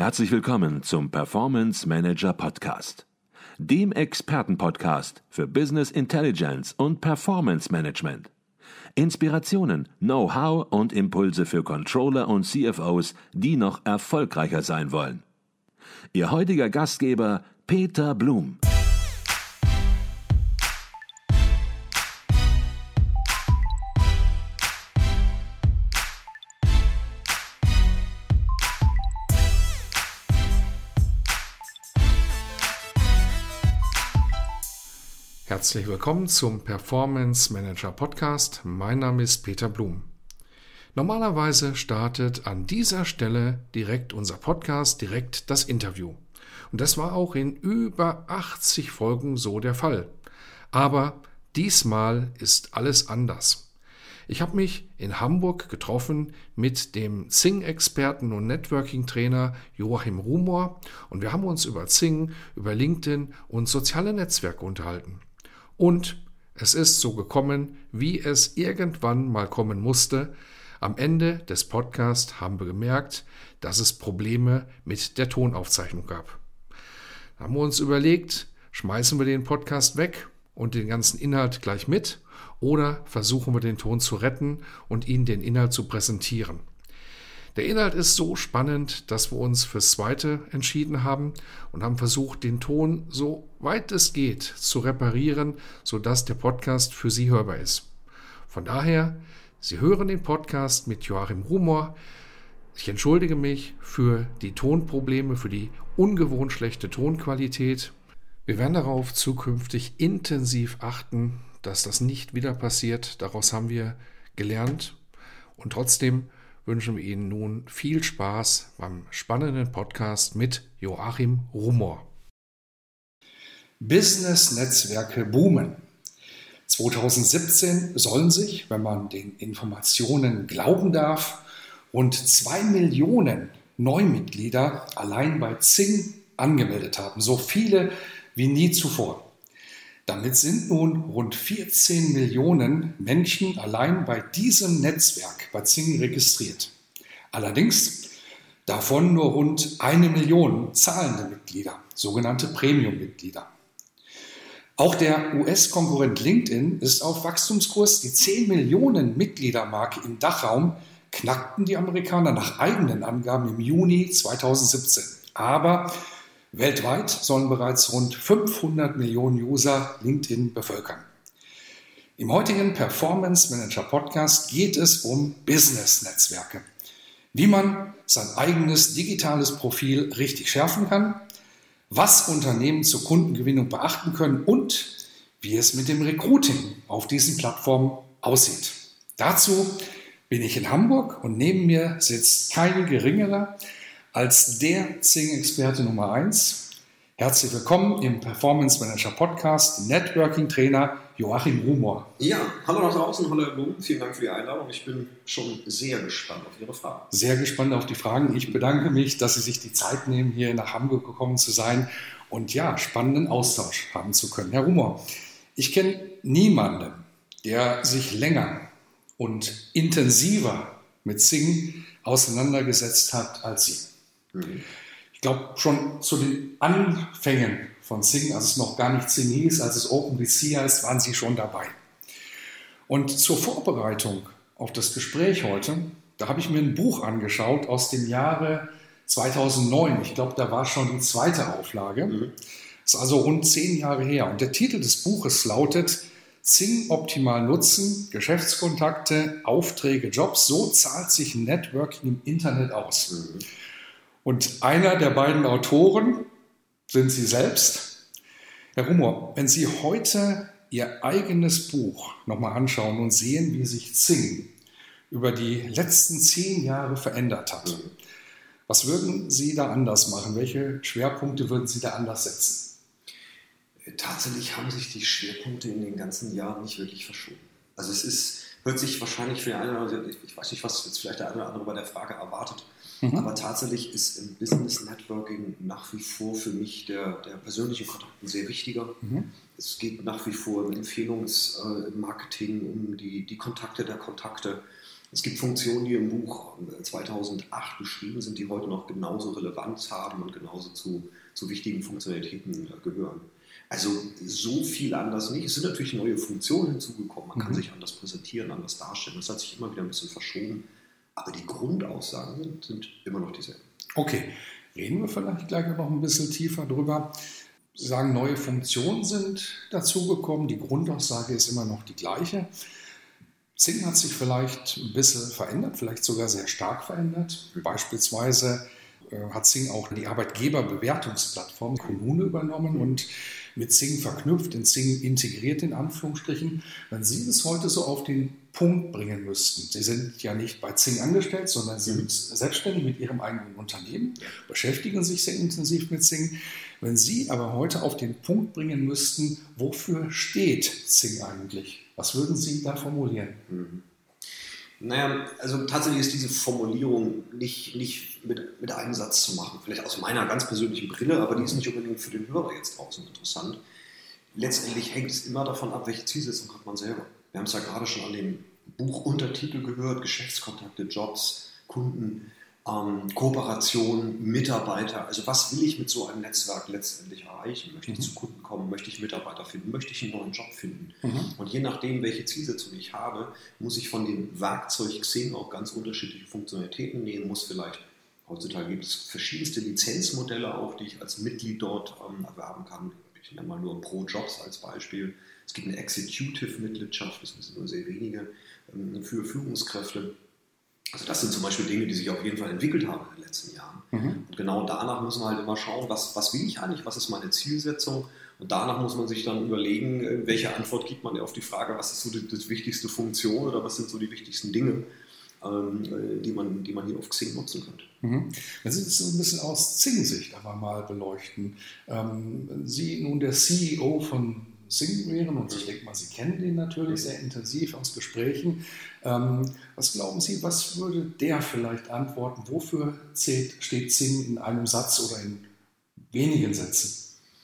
Herzlich willkommen zum Performance Manager Podcast, dem Expertenpodcast für Business Intelligence und Performance Management. Inspirationen, Know-how und Impulse für Controller und CFOs, die noch erfolgreicher sein wollen. Ihr heutiger Gastgeber Peter Blum. Herzlich willkommen zum Performance Manager Podcast. Mein Name ist Peter Blum. Normalerweise startet an dieser Stelle direkt unser Podcast, direkt das Interview. Und das war auch in über 80 Folgen so der Fall. Aber diesmal ist alles anders. Ich habe mich in Hamburg getroffen mit dem Xing-Experten und Networking-Trainer Joachim Rumor und wir haben uns über Xing, über LinkedIn und soziale Netzwerke unterhalten. Und es ist so gekommen, wie es irgendwann mal kommen musste. Am Ende des Podcasts haben wir gemerkt, dass es Probleme mit der Tonaufzeichnung gab. Da haben wir uns überlegt, schmeißen wir den Podcast weg und den ganzen Inhalt gleich mit oder versuchen wir den Ton zu retten und Ihnen den Inhalt zu präsentieren. Der Inhalt ist so spannend, dass wir uns fürs Zweite entschieden haben und haben versucht, den Ton so weit es geht zu reparieren, sodass der Podcast für Sie hörbar ist. Von daher, Sie hören den Podcast mit Joachim Rumor. Ich entschuldige mich für die Tonprobleme, für die ungewohnt schlechte Tonqualität. Wir werden darauf zukünftig intensiv achten, dass das nicht wieder passiert. Daraus haben wir gelernt und trotzdem wünschen wir Ihnen nun viel Spaß beim spannenden Podcast mit Joachim Rumor. Business-Netzwerke boomen. 2017 sollen sich, wenn man den Informationen glauben darf, rund 2 Millionen Neumitglieder allein bei Xing angemeldet haben. So viele wie nie zuvor. Damit sind nun rund 14 Millionen Menschen allein bei diesem Netzwerk bei Xing registriert. Allerdings davon nur rund 1 Million zahlende Mitglieder, sogenannte Premium-Mitglieder. Auch der US-Konkurrent LinkedIn ist auf Wachstumskurs. Die 10 Millionen Mitgliedermarke im Dachraum knackten die Amerikaner nach eigenen Angaben im Juni 2017. Aber weltweit sollen bereits rund 500 Millionen User LinkedIn bevölkern. Im heutigen Performance Manager Podcast geht es um Business-Netzwerke. Wie man sein eigenes digitales Profil richtig schärfen kann, was Unternehmen zur Kundengewinnung beachten können und wie es mit dem Recruiting auf diesen Plattformen aussieht. Dazu bin ich in Hamburg und neben mir sitzt kein geringerer als der Xing-Experte Nummer 1. Herzlich willkommen im Performance Manager Podcast, Networking-Trainer Joachim Rumor. Ja, hallo nach draußen, hallo Herr Blum, vielen Dank für die Einladung. Ich bin schon sehr gespannt auf Ihre Fragen. Sehr gespannt auf die Fragen. Ich bedanke mich, dass Sie sich die Zeit nehmen, hier nach Hamburg gekommen zu sein und ja, spannenden Austausch haben zu können. Herr Rumor, ich kenne niemanden, der sich länger und intensiver mit Xing auseinandergesetzt hat als Sie. Ich glaube, schon zu den Anfängen von Xing, als es noch gar nicht Xing hieß, als es OpenBC heißt, waren Sie schon dabei. Und zur Vorbereitung auf das Gespräch heute, da habe ich mir ein Buch angeschaut aus dem Jahre 2009. Ich glaube, da war schon die 2. Auflage. Das ist also rund 10 Jahre her. Und der Titel des Buches lautet Xing optimal nutzen, Geschäftskontakte, Aufträge, Jobs. So zahlt sich Networking im Internet aus. Und einer der beiden Autoren sind Sie selbst. Herr Rumor, wenn Sie heute Ihr eigenes Buch nochmal anschauen und sehen, wie sich Xing über die letzten 10 Jahre verändert hat, was würden Sie da anders machen? Welche Schwerpunkte würden Sie da anders setzen? Tatsächlich haben sich die Schwerpunkte in den ganzen Jahren nicht wirklich verschoben. Also hört sich wahrscheinlich für den einen oder anderen, ich weiß nicht, was jetzt vielleicht der eine oder andere bei der Frage erwartet, aber tatsächlich ist im Business Networking nach wie vor für mich der persönliche Kontakt ein sehr wichtiger. Es geht nach wie vor im Empfehlungsmarketing um die Kontakte der Kontakte. Es gibt Funktionen, die im Buch 2008 beschrieben sind, die heute noch genauso Relevanz haben und genauso zu wichtigen Funktionalitäten gehören. Also so viel anders nicht. Es sind natürlich neue Funktionen hinzugekommen. Man kann sich anders präsentieren, anders darstellen. Das hat sich immer wieder ein bisschen verschoben. Aber die Grundaussagen sind immer noch dieselben. Okay, reden wir vielleicht gleich noch ein bisschen tiefer drüber. Sie sagen, neue Funktionen sind dazugekommen. Die Grundaussage ist immer noch die gleiche. Xing hat sich vielleicht ein bisschen verändert, vielleicht sogar sehr stark verändert. Beispielsweise hat Xing auch die Arbeitgeberbewertungsplattform Kununu übernommen und mit Xing verknüpft, in Xing integriert in Anführungsstrichen. Wenn Sie das heute so auf den Punkt bringen müssten, Sie sind ja nicht bei Xing angestellt, sondern Sie sind selbstständig mit Ihrem eigenen Unternehmen, beschäftigen sich sehr intensiv mit Xing. Wenn Sie aber heute auf den Punkt bringen müssten, wofür steht Xing eigentlich? Was würden Sie da formulieren? Naja, also tatsächlich ist diese Formulierung nicht mit einem Satz zu machen. Vielleicht aus meiner ganz persönlichen Brille, aber die ist nicht unbedingt für den Hörer jetzt draußen interessant. Letztendlich hängt es immer davon ab, welche Zielsetzung hat man selber. Wir haben es ja gerade schon an dem Buchuntertitel gehört, Geschäftskontakte, Jobs, Kunden, Kooperation, Mitarbeiter. Also was will ich mit so einem Netzwerk letztendlich erreichen? Möchte ich zu Kunden kommen? Möchte ich Mitarbeiter finden? Möchte ich einen neuen Job finden? Und je nachdem, welche Zielsetzung ich habe, muss ich von dem Werkzeug Xing auch ganz unterschiedliche Funktionalitäten nehmen, muss vielleicht, heutzutage gibt es verschiedenste Lizenzmodelle auch, die ich als Mitglied dort erwerben kann. Ich nenne mal nur Pro-Jobs als Beispiel. Es gibt eine Executive-Mitgliedschaft, das sind nur sehr wenige, für Führungskräfte. Also das sind zum Beispiel Dinge, die sich auf jeden Fall entwickelt haben in den letzten Jahren. Und genau danach müssen wir halt immer schauen, was will ich eigentlich, was ist meine Zielsetzung? Und danach muss man sich dann überlegen, welche Antwort gibt man auf die Frage, was ist so die wichtigste Funktion oder was sind so die wichtigsten Dinge, die man hier auf Xing nutzen könnte. Wenn Sie das so ein bisschen aus Xing-Sicht aber mal beleuchten. Sie nun der CEO von Xing wären, und ich denke mal, Sie kennen den natürlich sehr intensiv aus Gesprächen. Was glauben Sie, was würde der vielleicht antworten? Wofür steht Xing in einem Satz oder in wenigen Sätzen?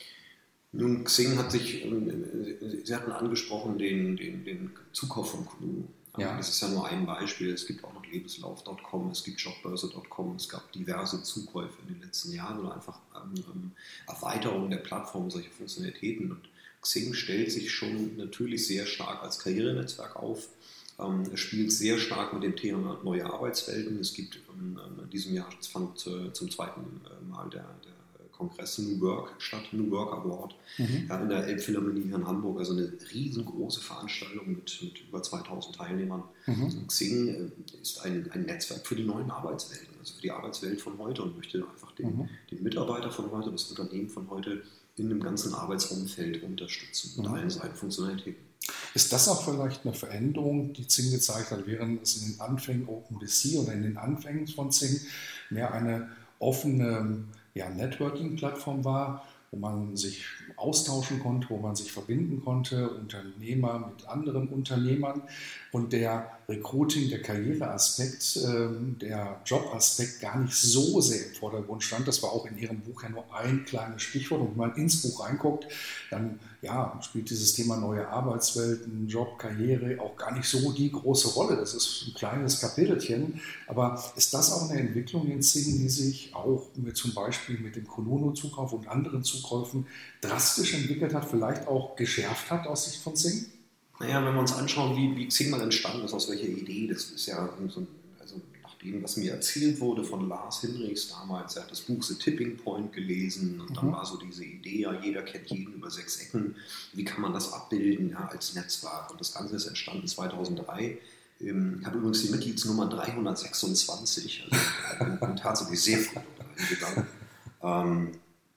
Nun, Xing hat sich, Sie hatten angesprochen, den Zukauf von Kununu. Ja. Das ist ja nur ein Beispiel. Es gibt auch noch Lebenslauf.com, es gibt Jobbörse.com, es gab diverse Zukäufe in den letzten Jahren oder einfach Erweiterungen der Plattform solcher Funktionalitäten. Und Xing stellt sich schon natürlich sehr stark als Karrierenetzwerk auf. Es spielt sehr stark mit dem Thema neue Arbeitswelten. Es gibt in diesem Jahr fand zum zweiten Mal der Kongress New Work statt, New Work Award, in der Elbphilharmonie hier in Hamburg, also eine riesengroße Veranstaltung mit über 2000 Teilnehmern. Xing ist ein Netzwerk für die neuen Arbeitswelten, also für die Arbeitswelt von heute und möchte einfach den Mitarbeiter von heute, das Unternehmen von heute in dem ganzen Arbeitsumfeld unterstützen mit allen seinen Funktionalitäten. Ist das auch vielleicht eine Veränderung, die Xing gezeigt hat, während es in den Anfängen OpenBC oder in den Anfängen von Xing mehr eine offene Networking-Plattform war, wo man sich austauschen konnte, wo man sich verbinden konnte, Unternehmer mit anderen Unternehmern, und der Recruiting, der Karriereaspekt, der Jobaspekt gar nicht so sehr im Vordergrund stand. Das war auch in Ihrem Buch ja nur ein kleines Stichwort. Und wenn man ins Buch reinguckt, dann spielt dieses Thema neue Arbeitswelten, Job, Karriere auch gar nicht so die große Rolle. Das ist ein kleines Kapitelchen. Aber ist das auch eine Entwicklung in Xing, die sich auch zum Beispiel mit dem Kununu-Zukauf und anderen Zukäufen drastisch entwickelt hat, vielleicht auch geschärft hat aus Sicht von Xing? Naja, wenn wir uns anschauen, wie Xing mal entstanden ist, aus welcher Idee, das ist ja so, also nach dem, was mir erzählt wurde von Lars Hinrichs damals, er hat das Buch The Tipping Point gelesen und dann war so diese Idee, jeder kennt jeden über 6 Ecken, wie kann man das abbilden als Netzwerk, und das Ganze ist entstanden 2003. Ich habe übrigens die Mitgliedsnummer 326, also ich bin tatsächlich sehr früh reingegangen.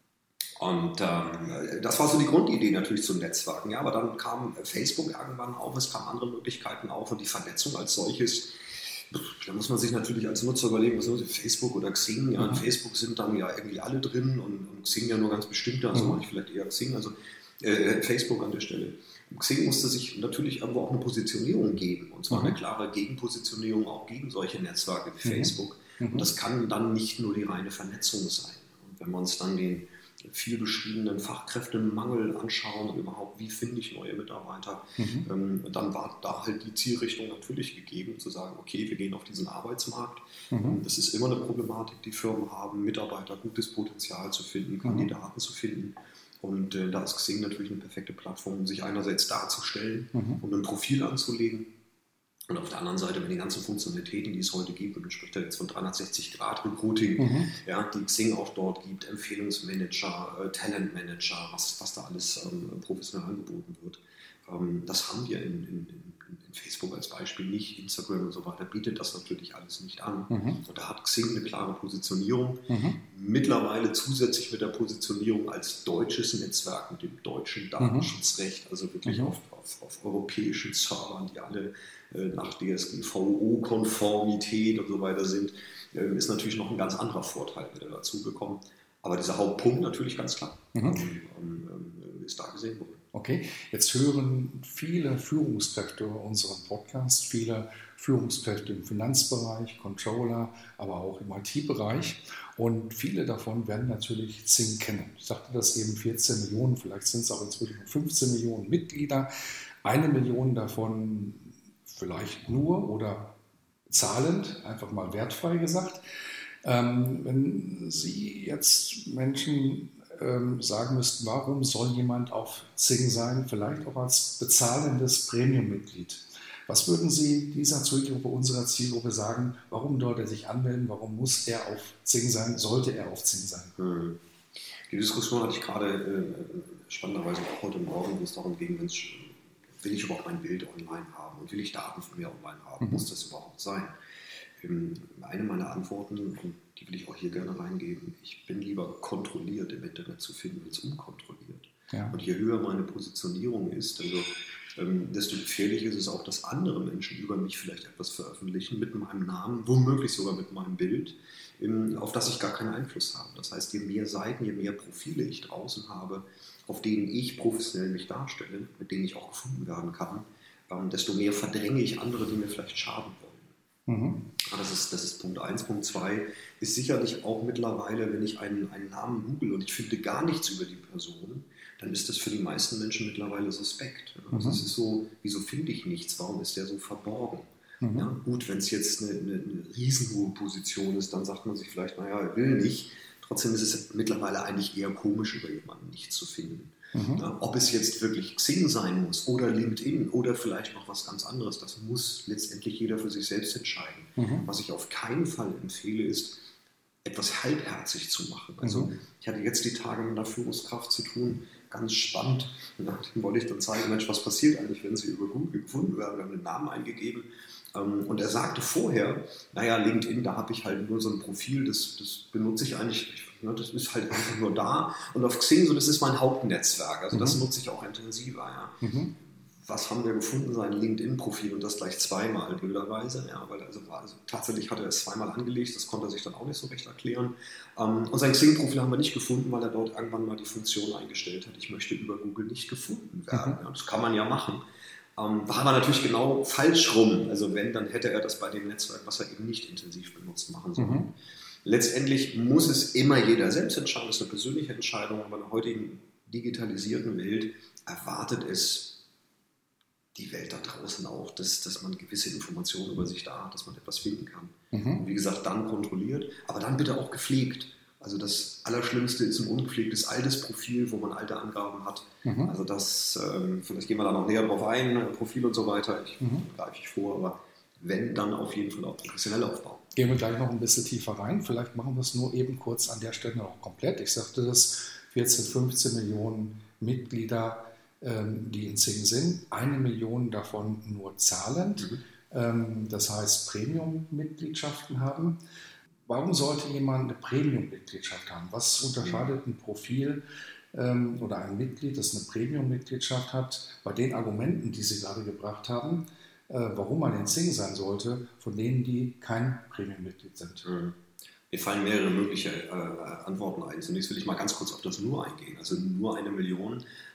Und das war so die Grundidee natürlich zum Netzwerken. Ja, aber dann kam Facebook irgendwann auf, es kamen andere Möglichkeiten auf und die Vernetzung als solches. Da muss man sich natürlich als Nutzer überlegen, was ist Facebook oder Xing. Ja, in Facebook sind dann ja irgendwie alle drin und Xing ja nur ganz bestimmte, also mache ich vielleicht eher Xing, also Facebook an der Stelle. Xing musste sich natürlich irgendwo auch eine Positionierung geben, und zwar eine klare Gegenpositionierung auch gegen solche Netzwerke wie Facebook. Und das kann dann nicht nur die reine Vernetzung sein. Und wenn wir uns dann den viel beschriebenen Fachkräftemangel anschauen und überhaupt, wie finde ich neue Mitarbeiter. Dann war da halt die Zielrichtung natürlich gegeben, zu sagen, okay, wir gehen auf diesen Arbeitsmarkt. Das ist immer eine Problematik, die Firmen haben, Mitarbeiter, gutes Potenzial zu finden, Kandidaten zu finden. Und da ist Xing natürlich eine perfekte Plattform, um sich einerseits darzustellen, um ein Profil anzulegen. Und auf der anderen Seite mit den ganzen Funktionalitäten, die es heute gibt, und man spricht da jetzt von 360-Grad-Recruiting, ja, die Xing auch dort gibt, Empfehlungsmanager, Talentmanager, was da alles professionell angeboten wird. Das haben wir in Facebook als Beispiel nicht, Instagram und so weiter bietet das natürlich alles nicht an. Und da hat Xing eine klare Positionierung. Mittlerweile zusätzlich mit der Positionierung als deutsches Netzwerk mit dem deutschen Datenschutzrecht, also wirklich auf europäischen Servern, die alle nach DSGVO-Konformität und so weiter sind, ist natürlich noch ein ganz anderer Vorteil wieder dazugekommen. Aber dieser Hauptpunkt natürlich ganz klar ist da gesehen worden. Okay, jetzt hören viele Führungskräfte unseren Podcast, viele Führungskräfte im Finanzbereich, Controller, aber auch im IT-Bereich. Und viele davon werden natürlich Xing kennen. Ich sagte das eben, 14 Millionen, vielleicht sind es auch inzwischen 15 Millionen Mitglieder. 1 Million davon vielleicht nur oder zahlend, einfach mal wertfrei gesagt. Wenn Sie jetzt Menschen sagen müssten, warum soll jemand auf Xing sein, vielleicht auch als bezahlendes Premium-Mitglied. Was würden Sie dieser Zielgruppe, unserer Zielgruppe sagen, warum sollte er sich anmelden, warum muss er auf Xing sein, sollte er auf Xing sein? Die Diskussion hatte ich gerade spannenderweise auch heute Morgen, wo es darum ging, will ich überhaupt mein Bild online haben und will ich Daten von mir online haben, muss das überhaupt sein? Eine meiner Antworten, und die will ich auch hier gerne reingeben, ich bin lieber kontrolliert im Internet zu finden als unkontrolliert. Ja. Und je höher meine Positionierung ist, desto gefährlicher ist es auch, dass andere Menschen über mich vielleicht etwas veröffentlichen mit meinem Namen, womöglich sogar mit meinem Bild, auf das ich gar keinen Einfluss habe. Das heißt, je mehr Seiten, je mehr Profile ich draußen habe, auf denen ich professionell mich darstelle, mit denen ich auch gefunden werden kann, desto mehr verdränge ich andere, die mir vielleicht schaden wollen. Das ist Punkt 1. Punkt 2 ist sicherlich auch mittlerweile, wenn ich einen Namen google und ich finde gar nichts über die Person, dann ist das für die meisten Menschen mittlerweile suspekt. Also es ist so, wieso finde ich nichts? Warum ist der so verborgen? Ja, gut, wenn es jetzt eine riesenhohe Position ist, dann sagt man sich vielleicht, naja, er will nicht. Trotzdem ist es mittlerweile eigentlich eher komisch, über jemanden nichts zu finden. Ja, ob es jetzt wirklich Xing sein muss oder LinkedIn oder vielleicht noch was ganz anderes, das muss letztendlich jeder für sich selbst entscheiden. Was ich auf keinen Fall empfehle, ist, etwas halbherzig zu machen. Also ich hatte jetzt die Tage mit einer Führungskraft zu tun, ganz spannend. Und dann wollte ich dann zeigen, Mensch, was passiert eigentlich, wenn Sie über Google gefunden werden? Wir haben den Namen eingegeben. Und er sagte vorher, naja, LinkedIn, da habe ich halt nur so ein Profil, das benutze ich eigentlich, das ist halt einfach nur da. Und auf Xing, so, das ist mein Hauptnetzwerk, also das nutze ich auch intensiver. Ja. Was haben wir gefunden? Sein LinkedIn-Profil und das gleich zweimal, blöderweise. Ja, weil also tatsächlich hat er es zweimal angelegt, das konnte er sich dann auch nicht so recht erklären. Und sein Xing-Profil haben wir nicht gefunden, weil er dort irgendwann mal die Funktion eingestellt hat, ich möchte über Google nicht gefunden werden. Ja, das kann man ja machen. War aber natürlich genau falsch rum. Also wenn, dann hätte er das bei dem Netzwerk, was er eben nicht intensiv benutzt, machen sollen. Letztendlich muss es immer jeder selbst entscheiden, das ist eine persönliche Entscheidung, aber in der heutigen digitalisierten Welt erwartet es die Welt da draußen auch, dass man gewisse Informationen über sich da hat, dass man etwas finden kann. Und wie gesagt, dann kontrolliert, aber dann bitte auch gepflegt. Also das Allerschlimmste ist ein ungepflegtes altes Profil, wo man alte Angaben hat. Also das, vielleicht gehen wir da noch näher drauf ein, Profil und so weiter, greife ich vor, aber wenn, dann auf jeden Fall auch professionell aufbauen. Gehen wir gleich noch ein bisschen tiefer rein, vielleicht machen wir es nur eben kurz an der Stelle noch komplett. Ich sagte das, 14, 15 Millionen Mitglieder, die in Xing sind, 1 Million davon nur zahlend, das heißt Premium-Mitgliedschaften haben. Warum sollte jemand eine Premium-Mitgliedschaft haben? Was unterscheidet ein Profil oder ein Mitglied, das eine Premium-Mitgliedschaft hat, bei den Argumenten, die Sie gerade gebracht haben, warum man in Xing sein sollte, von denen, die kein Premium-Mitglied sind? Mir fallen mehrere mögliche Antworten ein. Zunächst will ich mal ganz kurz auf das Nur eingehen. Also nur 1 Million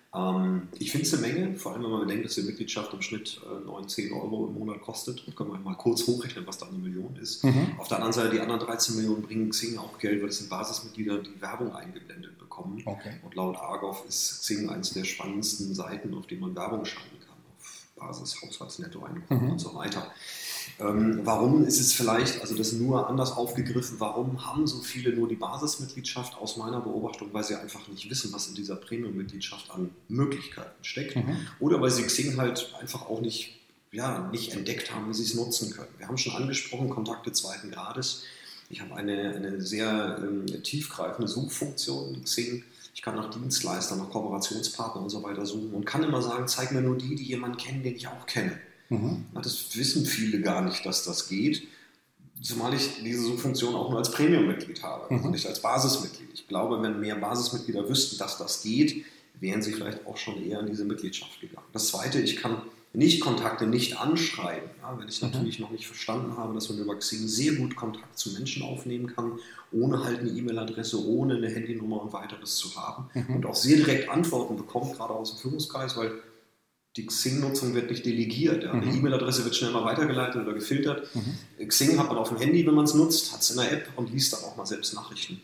Ich finde es eine Menge, vor allem wenn man bedenkt, dass die Mitgliedschaft im Schnitt 9, 10 Euro im Monat kostet. Da können wir mal kurz hochrechnen, was da eine Million ist. Auf der anderen Seite, die anderen 13 Millionen bringen Xing auch Geld, weil das sind Basismitglieder, die Werbung eingeblendet bekommen. Okay. Und laut Argov ist Xing eines der spannendsten Seiten, auf denen man Werbung schalten kann, auf Basis, Haushaltsnettoeinkommen und so weiter. Warum ist es vielleicht, also das nur anders aufgegriffen, warum haben so viele nur die Basismitgliedschaft aus meiner Beobachtung, weil sie einfach nicht wissen, was in dieser Premium-Mitgliedschaft an Möglichkeiten steckt, oder weil sie Xing halt einfach auch nicht entdeckt haben, wie sie es nutzen können. Wir haben schon angesprochen, Kontakte zweiten Grades. Ich habe eine sehr tiefgreifende Suchfunktion in Xing. Ich kann nach Dienstleistern, nach Kooperationspartnern und so weiter suchen und kann immer sagen, zeig mir nur die jemanden kennen, den ich auch kenne. Das wissen viele gar nicht, dass das geht, zumal ich diese Suchfunktion auch nur als Premium-Mitglied habe, also nicht als Basismitglied. Ich glaube, wenn mehr Basismitglieder wüssten, dass das geht, wären sie vielleicht auch schon eher in diese Mitgliedschaft gegangen. Das Zweite, ich kann Kontakte nicht anschreiben, wenn ich natürlich noch nicht verstanden habe, dass man über Xing sehr gut Kontakt zu Menschen aufnehmen kann, ohne halt eine E-Mail-Adresse, ohne eine Handynummer und weiteres zu haben und auch sehr direkt Antworten bekommt, gerade aus dem Führungskreis, weil die Xing-Nutzung wird nicht delegiert. Ja. Eine E-Mail-Adresse wird schnell mal weitergeleitet oder gefiltert. Xing hat man auf dem Handy, wenn man es nutzt, hat es in der App und liest dann auch mal selbst Nachrichten.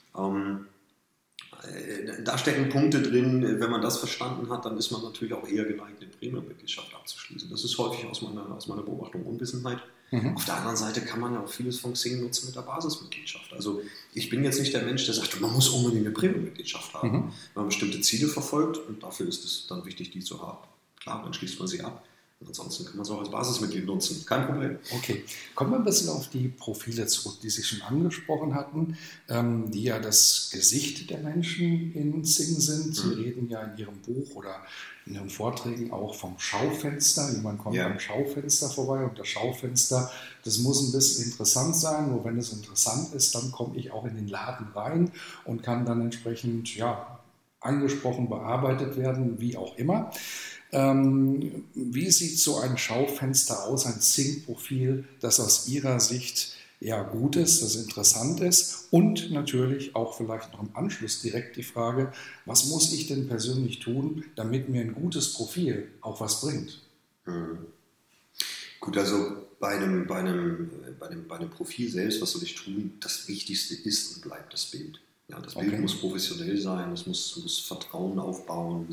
Da stecken Punkte drin, wenn man das verstanden hat, dann ist man natürlich auch eher geneigt, eine Premium-Mitgliedschaft abzuschließen. Das ist häufig aus meiner Beobachtung Unwissenheit. Auf der anderen Seite kann man ja auch vieles von Xing nutzen mit der Basismitgliedschaft. Also ich bin jetzt nicht der Mensch, der sagt, man muss unbedingt eine Premium-Mitgliedschaft haben, wenn man bestimmte Ziele verfolgt und dafür ist es dann wichtig, die zu haben. Klar, dann schließt man sie ab. Und ansonsten kann man es auch als Basismitglied nutzen. Kein Problem. Okay. Kommen wir ein bisschen auf die Profile zurück, die Sie schon angesprochen hatten, die ja das Gesicht der Menschen in Xing sind. Sie reden ja in Ihrem Buch oder in Ihren Vorträgen auch vom Schaufenster. Jemand kommt am Schaufenster vorbei und das Schaufenster, das muss ein bisschen interessant sein. Nur wenn es interessant ist, dann komme ich auch in den Laden rein und kann dann entsprechend angesprochen, bearbeitet werden, wie auch immer. Wie sieht so ein Schaufenster aus, ein Xing-Profil, das aus Ihrer Sicht gut ist, das interessant ist? Und natürlich auch vielleicht noch im Anschluss direkt die Frage, was muss ich denn persönlich tun, damit mir ein gutes Profil auch was bringt? Gut, also bei einem Profil selbst, was soll ich tun? Das Wichtigste ist und bleibt das Bild. Ja, das Bild muss professionell sein, es muss Vertrauen aufbauen,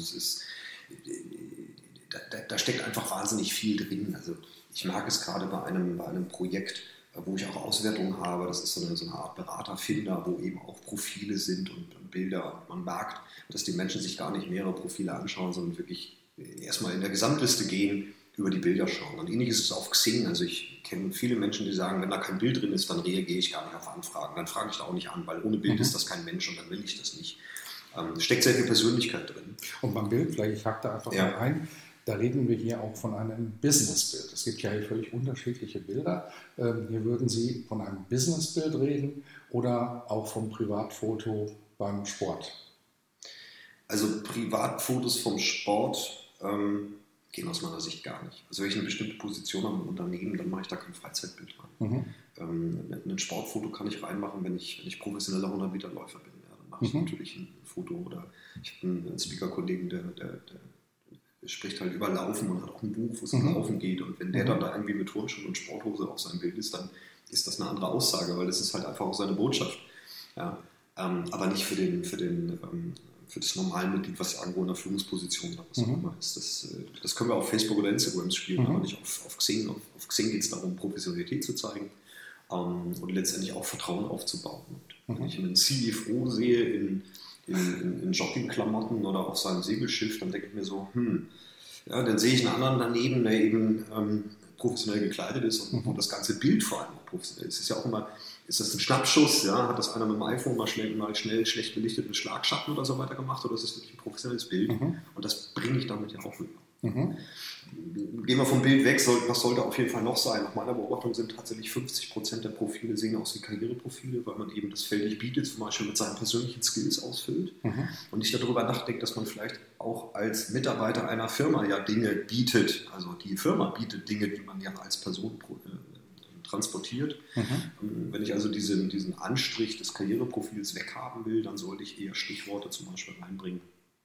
da steckt einfach wahnsinnig viel drin. Also ich mag es gerade bei einem Projekt, wo ich auch Auswertungen habe, das ist so eine Art Beraterfinder, wo eben auch Profile sind und Bilder. Man merkt, dass die Menschen sich gar nicht mehrere Profile anschauen, sondern wirklich erstmal in der Gesamtliste gehen, über die Bilder schauen. Und ähnlich ist es auf Xing. Also ich kenne viele Menschen, die sagen, wenn da kein Bild drin ist, dann reagiere ich gar nicht auf Anfragen. Dann frage ich da auch nicht an, weil ohne Bild ist das kein Mensch und dann will ich das nicht. Da steckt sehr viel Persönlichkeit drin. Und beim Bild, vielleicht ich hake da einfach mal ein, da reden wir hier auch von einem Businessbild. Es gibt ja hier völlig unterschiedliche Bilder. Hier würden Sie von einem Businessbild reden oder auch vom Privatfoto beim Sport? Also Privatfotos vom Sport gehen aus meiner Sicht gar nicht. Also wenn ich eine bestimmte Position habe im Unternehmen, dann mache ich da kein Freizeitbild rein. Ein Sportfoto kann ich reinmachen, wenn ich professioneller 100-Meter-Läufer bin. Ja, dann mache ich natürlich ein Foto. Oder ich habe einen Speaker-Kollegen, der spricht halt über Laufen und hat auch ein Buch, wo es um Laufen geht. Und wenn der dann da irgendwie mit Turnschuhen und Sporthose auf seinem Bild ist, dann ist das eine andere Aussage, weil das ist halt einfach auch seine Botschaft. Ja, aber nicht für das normale Mitglied, was ja irgendwo in der Führungsposition oder was auch immer ist. Das können wir auf Facebook oder Instagram spielen, aber nicht auf Xing. Auf Xing geht es darum, Professionalität zu zeigen und letztendlich auch Vertrauen aufzubauen. Und wenn ich einen CFO sehe in Joggingklamotten oder auf seinem Segelschiff, dann denke ich mir so, dann sehe ich einen anderen daneben, der eben professionell gekleidet ist und wo das ganze Bild vor allem auch professionell ist. Es ist ja auch immer, ist das ein Schnappschuss, hat das einer mit dem iPhone mal schnell schlecht belichtet mit Schlagschatten oder so weiter gemacht, oder ist das wirklich ein professionelles Bild? Und das bringe ich damit ja auch rüber. Gehen wir vom Bild weg, was sollte auf jeden Fall noch sein? Nach meiner Beobachtung sind tatsächlich 50% der Profile sehen aus wie Karriereprofile, weil man eben das Feld ich biete zum Beispiel mit seinen persönlichen Skills ausfüllt und nicht darüber nachdenkt, dass man vielleicht auch als Mitarbeiter einer Firma ja Dinge bietet. Also die Firma bietet Dinge, die man ja als Person transportiert. Wenn ich also diesen Anstrich des Karriereprofils weghaben will, dann sollte ich eher Stichworte zum Beispiel reinbringen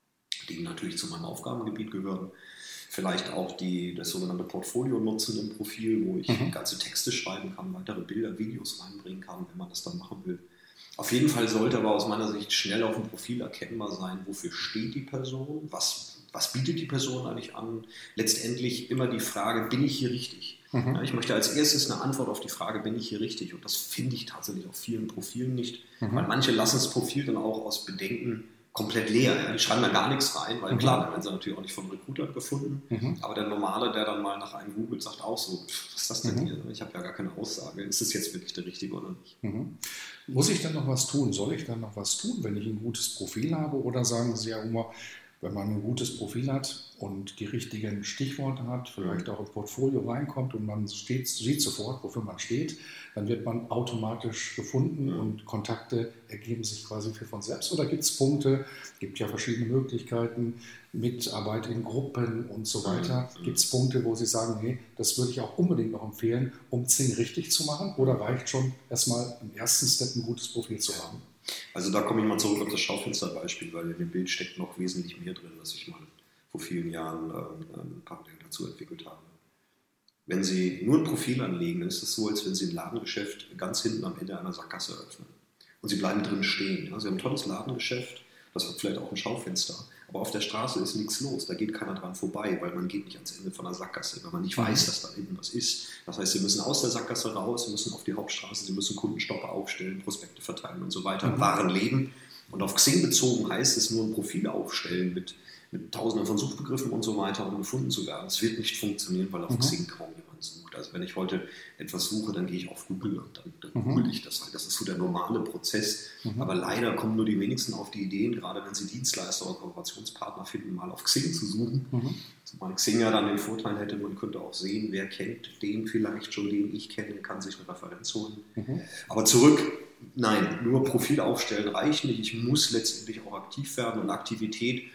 die natürlich zu meinem Aufgabengebiet gehören. Vielleicht auch das sogenannte Portfolio nutzen im Profil, wo ich ganze Texte schreiben kann, weitere Bilder, Videos reinbringen kann, wenn man das dann machen will. Auf jeden Fall sollte aber aus meiner Sicht schnell auf dem Profil erkennbar sein, wofür steht die Person, was bietet die Person eigentlich an. Letztendlich immer die Frage, bin ich hier richtig? Ja, ich möchte als erstes eine Antwort auf die Frage, bin ich hier richtig? Und das finde ich tatsächlich auf vielen Profilen nicht, weil manche lassen das Profil dann auch aus Bedenken komplett leer. Ja. Die schreiben da gar nichts rein, weil klar, dann werden sie natürlich auch nicht von Recruitern gefunden. Aber der Normale, der dann mal nach einem googelt, sagt auch so, was ist das denn hier? Ich habe ja gar keine Aussage. Ist das jetzt wirklich der Richtige oder nicht? Muss ich dann noch was tun? Soll ich dann noch was tun, wenn ich ein gutes Profil habe? Oder sagen Sie ja immer, wenn man ein gutes Profil hat und die richtigen Stichworte hat, vielleicht auch im Portfolio reinkommt und man sieht sofort, wofür man steht, dann wird man automatisch gefunden und Kontakte ergeben sich quasi von selbst. Oder gibt es Punkte, gibt ja verschiedene Möglichkeiten, Mitarbeit in Gruppen und so weiter. Gibt es Punkte, wo Sie sagen, nee, das würde ich auch unbedingt noch empfehlen, um Xing richtig zu machen? Oder reicht schon erstmal im ersten Step ein gutes Profil zu haben? Also da komme ich mal zurück auf das Schaufensterbeispiel, weil in dem Bild steckt noch wesentlich mehr drin, was ich mal vor vielen Jahren parallel dazu entwickelt habe. Wenn Sie nur ein Profil anlegen, dann ist es so, als wenn Sie ein Ladengeschäft ganz hinten am Ende einer Sackgasse öffnen. Und Sie bleiben drin stehen. Ja? Sie haben ein tolles Ladengeschäft, das hat vielleicht auch ein Schaufenster, aber auf der Straße ist nichts los, da geht keiner dran vorbei, weil man geht nicht ans Ende von der Sackgasse, weil man nicht weiß, dass da hinten was ist. Das heißt, Sie müssen aus der Sackgasse raus, Sie müssen auf die Hauptstraße, Sie müssen Kundenstopper aufstellen, Prospekte verteilen und so weiter, Waren leben. Und auf Xing bezogen heißt es nur ein Profil aufstellen mit Tausenden von Suchbegriffen und so weiter, um gefunden zu werden. Das wird nicht funktionieren, weil auf Xing kaum jemand sucht. Also wenn ich heute etwas suche, dann gehe ich auf Google und dann google ich das halt. Das ist so der normale Prozess. Aber leider kommen nur die wenigsten auf die Ideen, gerade wenn sie Dienstleister oder Kooperationspartner finden, mal auf Xing zu suchen. Zumal Xing ja dann den Vorteil hätte, man könnte auch sehen, wer kennt den vielleicht schon, den ich kenne, kann sich eine Referenz holen. Aber zurück, nein, nur Profil aufstellen reicht nicht. Ich muss letztendlich auch aktiv werden und Aktivität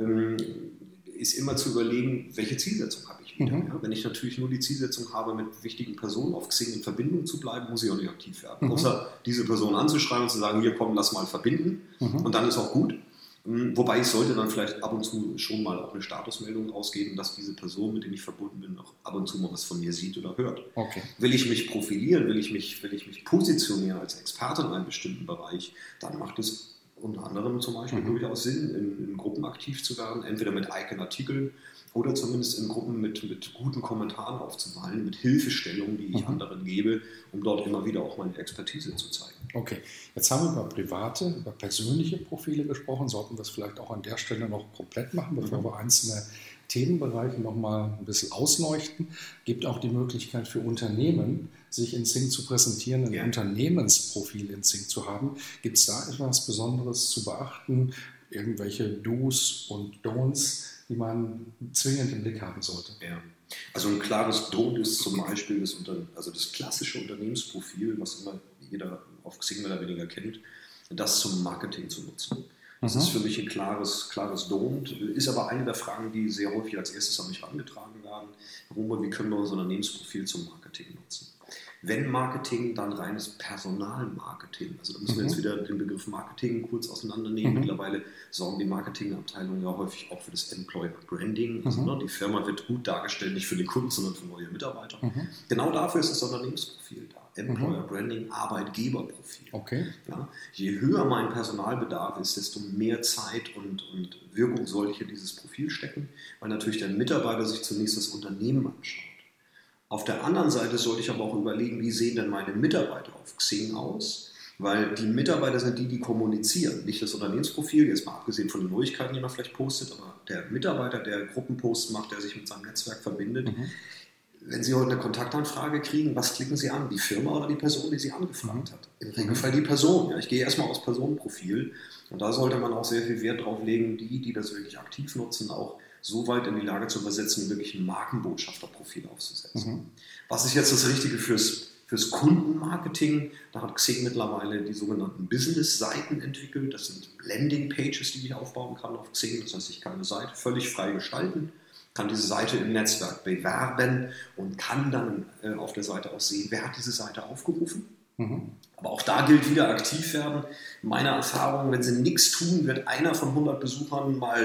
ist immer zu überlegen, welche Zielsetzung habe ich wieder. Ja? Wenn ich natürlich nur die Zielsetzung habe, mit wichtigen Personen auf Xing in Verbindung zu bleiben, muss ich auch nicht aktiv werden. Außer diese Person anzuschreiben und zu sagen, hier komm, lass mal verbinden und dann ist auch gut. Wobei ich sollte dann vielleicht ab und zu schon mal auch eine Statusmeldung ausgeben, dass diese Person, mit der ich verbunden bin, auch ab und zu mal was von mir sieht oder hört. Okay. Will ich mich profilieren, will ich mich positionieren als Experte in einem bestimmten Bereich, dann macht es unter anderem zum Beispiel durchaus Sinn, in Gruppen aktiv zu werden, entweder mit eigenen Artikeln oder zumindest in Gruppen mit guten Kommentaren aufzufallen, mit Hilfestellungen, die ich anderen gebe, um dort immer wieder auch meine Expertise zu zeigen. Okay, jetzt haben wir über private, über persönliche Profile gesprochen, sollten wir es vielleicht auch an der Stelle noch komplett machen, bevor wir einzelne Themenbereiche noch mal ein bisschen ausleuchten. Gibt auch die Möglichkeit für Unternehmen, sich in Xing zu präsentieren, ein Unternehmensprofil in Xing zu haben. Gibt es da etwas Besonderes zu beachten? Irgendwelche Do's und Don'ts, die man zwingend im Blick haben sollte? Ja. Also ein klares Don't ist zum Beispiel das klassische Unternehmensprofil, was immer jeder auf Xing mehr oder weniger kennt, das zum Marketing zu nutzen. Das ist für mich ein klares Don't, ist aber eine der Fragen, die sehr häufig als erstes an mich herangetragen werden. Wie können wir unser Unternehmensprofil zum Marketing nutzen? Wenn Marketing, dann reines Personalmarketing. Also da müssen wir jetzt wieder den Begriff Marketing kurz auseinandernehmen. Mittlerweile sorgen die Marketingabteilungen ja häufig auch für das Employer Branding. Also die Firma wird gut dargestellt, nicht für den Kunden, sondern für neue Mitarbeiter. Genau dafür ist das Unternehmensprofil da. Employer Branding, Arbeitgeberprofil. Okay. Ja, je höher mein Personalbedarf ist, desto mehr Zeit und Wirkung soll ich in dieses Profil stecken, weil natürlich der Mitarbeiter sich zunächst das Unternehmen anschaut. Auf der anderen Seite sollte ich aber auch überlegen, wie sehen denn meine Mitarbeiter auf Xing aus? Weil die Mitarbeiter sind die kommunizieren, nicht das Unternehmensprofil, jetzt mal abgesehen von den Neuigkeiten, die man vielleicht postet, aber der Mitarbeiter, der Gruppenposts macht, der sich mit seinem Netzwerk verbindet. Wenn Sie heute eine Kontaktanfrage kriegen, was klicken Sie an? Die Firma oder die Person, die Sie angefragt hat? Im Regelfall die Person. Ja, ich gehe erstmal aufs Personenprofil und da sollte man auch sehr viel Wert drauf legen, die das wirklich aktiv nutzen, auch so weit in die Lage zu übersetzen, wirklich ein Markenbotschafterprofil aufzusetzen. Was ist jetzt das Richtige fürs Kundenmarketing? Da hat Xing mittlerweile die sogenannten Business-Seiten entwickelt. Das sind Landing-Pages, die ich aufbauen kann auf Xing. Das heißt, ich kann eine Seite völlig frei gestalten, kann diese Seite im Netzwerk bewerben und kann dann auf der Seite auch sehen, wer hat diese Seite aufgerufen. Aber auch da gilt wieder aktiv werden. Meiner Erfahrung, wenn Sie nichts tun, wird einer von 100 Besuchern mal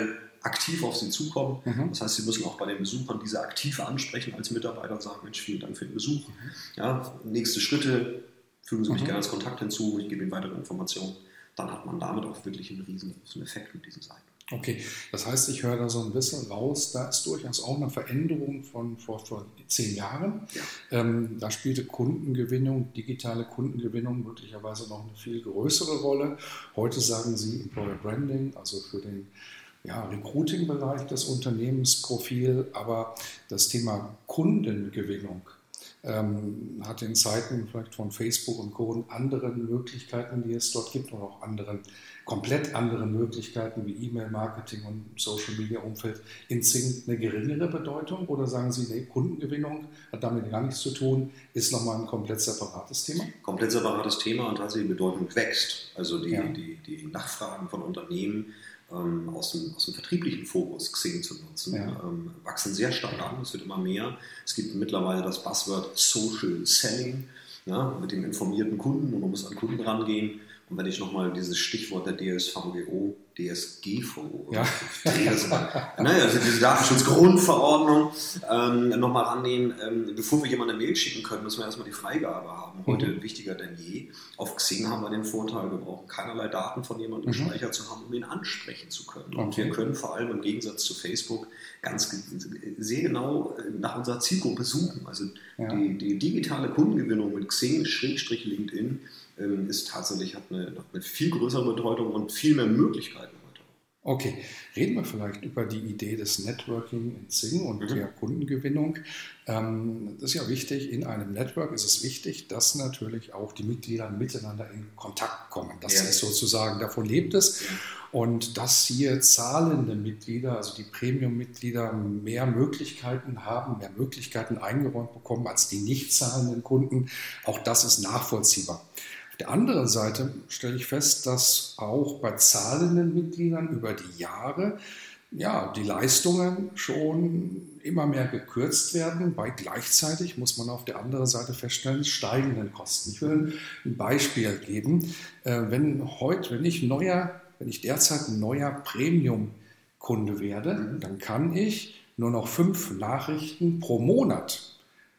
aktiv auf Sie zukommen. Das heißt, Sie müssen auch bei den Besuchern diese aktiv ansprechen als Mitarbeiter und sagen, Mensch, vielen Dank für den Besuch. Ja, nächste Schritte, fügen Sie mich gerne als Kontakt hinzu, ich gebe Ihnen weitere Informationen. Dann hat man damit auch wirklich einen riesen Effekt mit diesen Seiten. Okay, das heißt, ich höre da so ein bisschen raus, da ist durchaus auch eine Veränderung von vor 10 Jahren. Ja. Da spielte Kundengewinnung, digitale Kundengewinnung möglicherweise noch eine viel größere Rolle. Heute sagen Sie Employer Branding, also für den Recruiting-Bereich des Unternehmensprofil, aber das Thema Kundengewinnung hat in Zeiten vielleicht von Facebook und Co. anderen Möglichkeiten, die es dort gibt, und auch komplett anderen Möglichkeiten wie E-Mail-Marketing und Social-Media-Umfeld in Xing eine geringere Bedeutung? Oder sagen Sie, nee, Kundengewinnung hat damit gar nichts zu tun, ist nochmal ein komplett separates Thema? Komplett separates Thema und tatsächlich die Bedeutung wächst. Also die Nachfragen von Unternehmen aus dem vertrieblichen Fokus Xing zu nutzen, wachsen sehr stark an, es wird immer mehr. Es gibt mittlerweile das Buzzword Social Selling, mit dem informierten Kunden, und man muss an Kunden rangehen. Und wenn ich nochmal dieses Stichwort der DSGVO, also diese Datenschutzgrundverordnung nochmal rannehmen, bevor wir jemandem eine Mail schicken können, müssen wir erstmal die Freigabe haben. Heute wichtiger denn je. Auf Xing haben wir den Vorteil, wir brauchen keinerlei Daten von jemandem gespeichert zu haben, um ihn ansprechen zu können. Und wir können vor allem im Gegensatz zu Facebook sehr genau nach unserer Zielgruppe suchen. Also die digitale Kundengewinnung mit Xing/LinkedIn hat eine viel größere Bedeutung und viel mehr Möglichkeiten heute. Okay, reden wir vielleicht über die Idee des Networking in Xing und der Kundengewinnung. Das ist ja wichtig, in einem Network ist es wichtig, dass natürlich auch die Mitglieder miteinander in Kontakt kommen. Das ist sozusagen, davon lebt es. Und dass hier zahlende Mitglieder, also die Premium-Mitglieder, mehr Möglichkeiten haben, mehr Möglichkeiten eingeräumt bekommen als die nicht zahlenden Kunden, auch das ist nachvollziehbar. Auf der anderen Seite stelle ich fest, dass auch bei zahlenden Mitgliedern über die Jahre die Leistungen schon immer mehr gekürzt werden, bei gleichzeitig, muss man auf der anderen Seite feststellen, steigenden Kosten. Ich will ein Beispiel geben. Wenn ich derzeit ein neuer Premium-Kunde werde, dann kann ich nur noch 5 Nachrichten pro Monat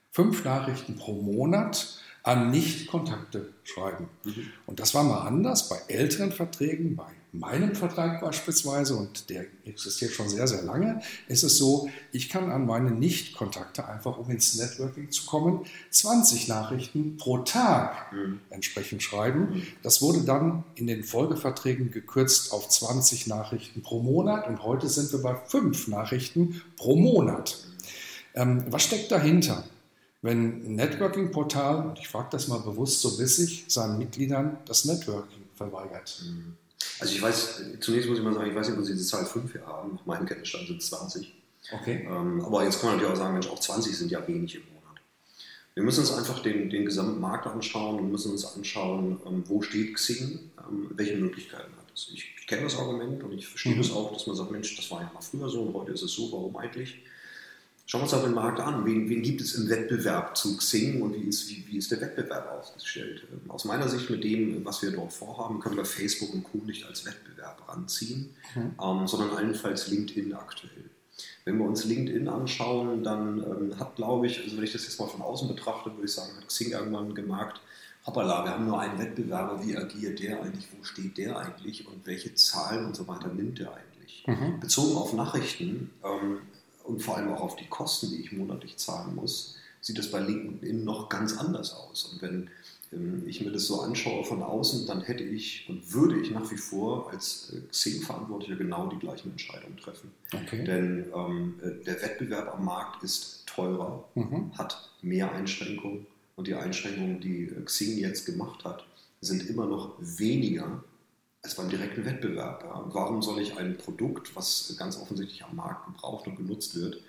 an Nicht-Kontakte schreiben. Und das war mal anders bei älteren Verträgen, bei meinem Vertrag beispielsweise, und der existiert schon sehr, sehr lange, ist es so, ich kann an meine Nicht-Kontakte einfach, um ins Networking zu kommen, 20 Nachrichten pro Tag entsprechend schreiben. Das wurde dann in den Folgeverträgen gekürzt auf 20 Nachrichten pro Monat, und heute sind wir bei 5 Nachrichten pro Monat. Was steckt dahinter? Wenn ein Networking-Portal, ich frage das mal bewusst so bissig, seinen Mitgliedern das Networking verweigert. Also zunächst muss ich mal sagen, ich weiß nicht, wo Sie diese Zahl 5 hier haben. Nach meinem Kenntnisstand sind es 20. Okay. Aber jetzt kann man natürlich auch sagen, Mensch, auch 20 sind ja wenig im Monat. Wir müssen uns einfach den gesamten Markt anschauen und müssen uns anschauen, wo steht Xing, welche Möglichkeiten hat es. Ich kenne das Argument und ich verstehe das auch, dass man sagt, Mensch, das war ja mal früher so und heute ist es so, warum eigentlich? Schauen wir uns aber den Markt an. Wen gibt es im Wettbewerb zu Xing und wie ist der Wettbewerb ausgestellt? Aus meiner Sicht mit dem, was wir dort vorhaben, können wir Facebook und Co. nicht als Wettbewerb ranziehen, sondern allenfalls LinkedIn aktuell. Wenn wir uns LinkedIn anschauen, dann hat, glaube ich, also wenn ich das jetzt mal von außen betrachte, würde ich sagen, hat Xing irgendwann gemerkt, hoppala, wir haben nur einen Wettbewerber, wie agiert der eigentlich, wo steht der eigentlich und welche Zahlen und so weiter nimmt der eigentlich? Bezogen auf Nachrichten, und vor allem auch auf die Kosten, die ich monatlich zahlen muss, sieht das bei LinkedIn noch ganz anders aus. Und wenn ich mir das so anschaue von außen, dann hätte ich und würde ich nach wie vor als Xing-Verantwortlicher genau die gleichen Entscheidungen treffen. Okay. Denn der Wettbewerb am Markt ist teurer, hat mehr Einschränkungen, und die Einschränkungen, die Xing jetzt gemacht hat, sind immer noch weniger als beim direkten Wettbewerb. Ja. Warum soll ich ein Produkt, was ganz offensichtlich am Markt gebraucht und genutzt wird,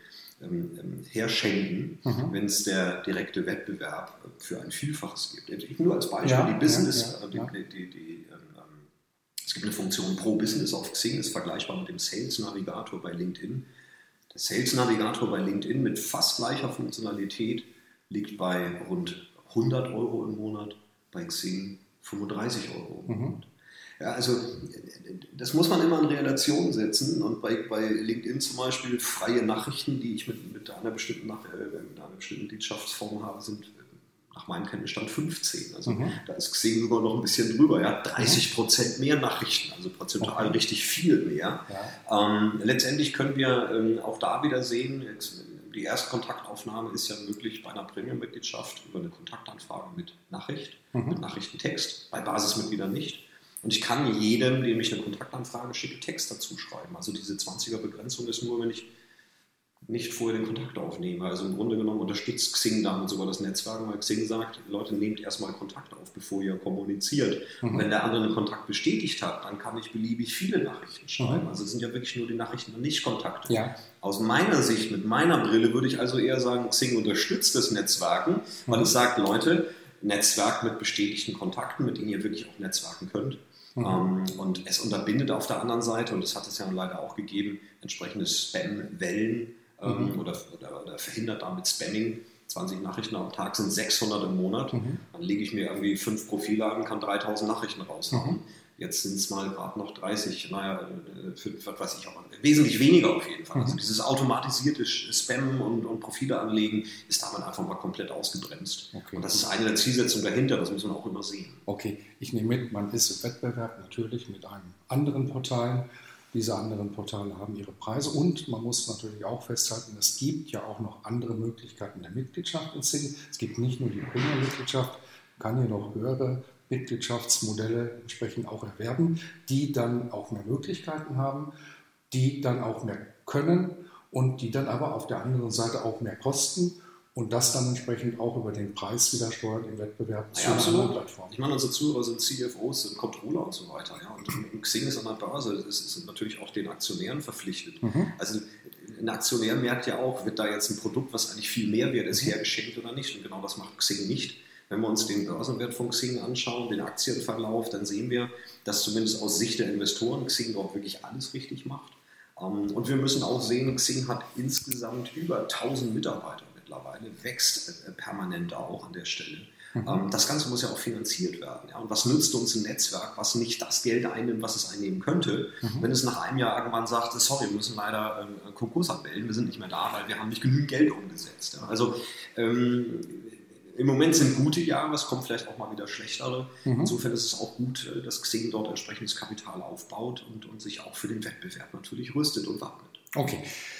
herschenken, wenn es der direkte Wettbewerb für ein Vielfaches gibt? Nur als Beispiel, die Business, es gibt eine Funktion Pro Business auf Xing, ist vergleichbar mit dem Sales Navigator bei LinkedIn. Der Sales Navigator bei LinkedIn mit fast gleicher Funktionalität liegt bei rund 100 Euro im Monat, bei Xing 35 Euro im Monat. Ja, also das muss man immer in Relation setzen und bei LinkedIn zum Beispiel freie Nachrichten, die ich mit einer bestimmten Mitgliedschaftsform habe, sind nach meinem Kenntnisstand 15. Also da ist Xing sogar noch ein bisschen drüber. Ja, 30% mehr Nachrichten, also prozentual richtig viel mehr. Ja. Letztendlich können wir auch da wieder sehen, die erste Kontaktaufnahme ist ja möglich bei einer Premium-Mitgliedschaft über eine Kontaktanfrage mit Nachricht, mit Nachrichtentext, bei Basismitgliedern nicht. Und ich kann jedem, dem ich eine Kontaktanfrage schicke, Text dazu schreiben. Also diese 20er-Begrenzung ist nur, wenn ich nicht vorher den Kontakt aufnehme. Also im Grunde genommen unterstützt Xing damit sogar das Netzwerk, weil Xing sagt, Leute, nehmt erstmal Kontakt auf, bevor ihr kommuniziert. Und wenn der andere einen Kontakt bestätigt hat, dann kann ich beliebig viele Nachrichten schreiben. Also es sind ja wirklich nur die Nachrichten und nicht Kontakte. Ja. Aus meiner Sicht, mit meiner Brille, würde ich also eher sagen, Xing unterstützt das Netzwerken, weil es sagt, Leute, Netzwerk mit bestätigten Kontakten, mit denen ihr wirklich auch netzwerken könnt. Und es unterbindet auf der anderen Seite, und das hat es ja leider auch gegeben, entsprechende Spam-Wellen oder verhindert damit Spamming. 20 Nachrichten am Tag sind 600 im Monat. Dann lege ich mir irgendwie 5 Profile an, kann 3000 Nachrichten raushauen. Jetzt sind es mal gerade noch 30, was weiß ich auch, wesentlich weniger auf jeden Fall. Also dieses automatisierte Spammen und Profile anlegen ist damit einfach mal komplett ausgebremst. Okay. Und das ist eine der Zielsetzungen dahinter, das muss man auch immer sehen. Okay, ich nehme mit, man ist im Wettbewerb natürlich mit einem anderen Portal. Diese anderen Portale haben ihre Preise und man muss natürlich auch festhalten, es gibt ja auch noch andere Möglichkeiten der Mitgliedschaft in Xing. Es gibt nicht nur die Premium-Mitgliedschaft, man kann jedoch höhere Mitgliedschaftsmodelle entsprechend auch erwerben, die dann auch mehr Möglichkeiten haben, die dann auch mehr können und die dann aber auf der anderen Seite auch mehr kosten und das dann entsprechend auch über den Preis wieder steuert im Wettbewerb zu anderen Plattformen. Ich meine, unsere Zuhörer sind CFOs, sind Controller und so weiter. Ja? Und Xing ist an der Börse, ist natürlich auch den Aktionären verpflichtet. Also ein Aktionär merkt ja auch, wird da jetzt ein Produkt, was eigentlich viel mehr wert ist, hergeschenkt oder nicht. Und genau das macht Xing nicht. Wenn wir uns den Börsenwert von Xing anschauen, den Aktienverlauf, dann sehen wir, dass zumindest aus Sicht der Investoren Xing dort wirklich alles richtig macht. Und wir müssen auch sehen, Xing hat insgesamt über 1000 Mitarbeiter mittlerweile, wächst permanent auch an der Stelle. Das Ganze muss ja auch finanziert werden. Ja? Und was nützt uns ein Netzwerk, was nicht das Geld einnimmt, was es einnehmen könnte, wenn es nach einem Jahr irgendwann sagt, sorry, wir müssen leider Konkurs anmelden, wir sind nicht mehr da, weil wir haben nicht genügend Geld umgesetzt. Ja? Also im Moment sind gute Jahre, es kommt vielleicht auch mal wieder schlechtere. Insofern ist es auch gut, dass Xing dort entsprechendes Kapital aufbaut und sich auch für den Wettbewerb natürlich rüstet und wappnet. Okay,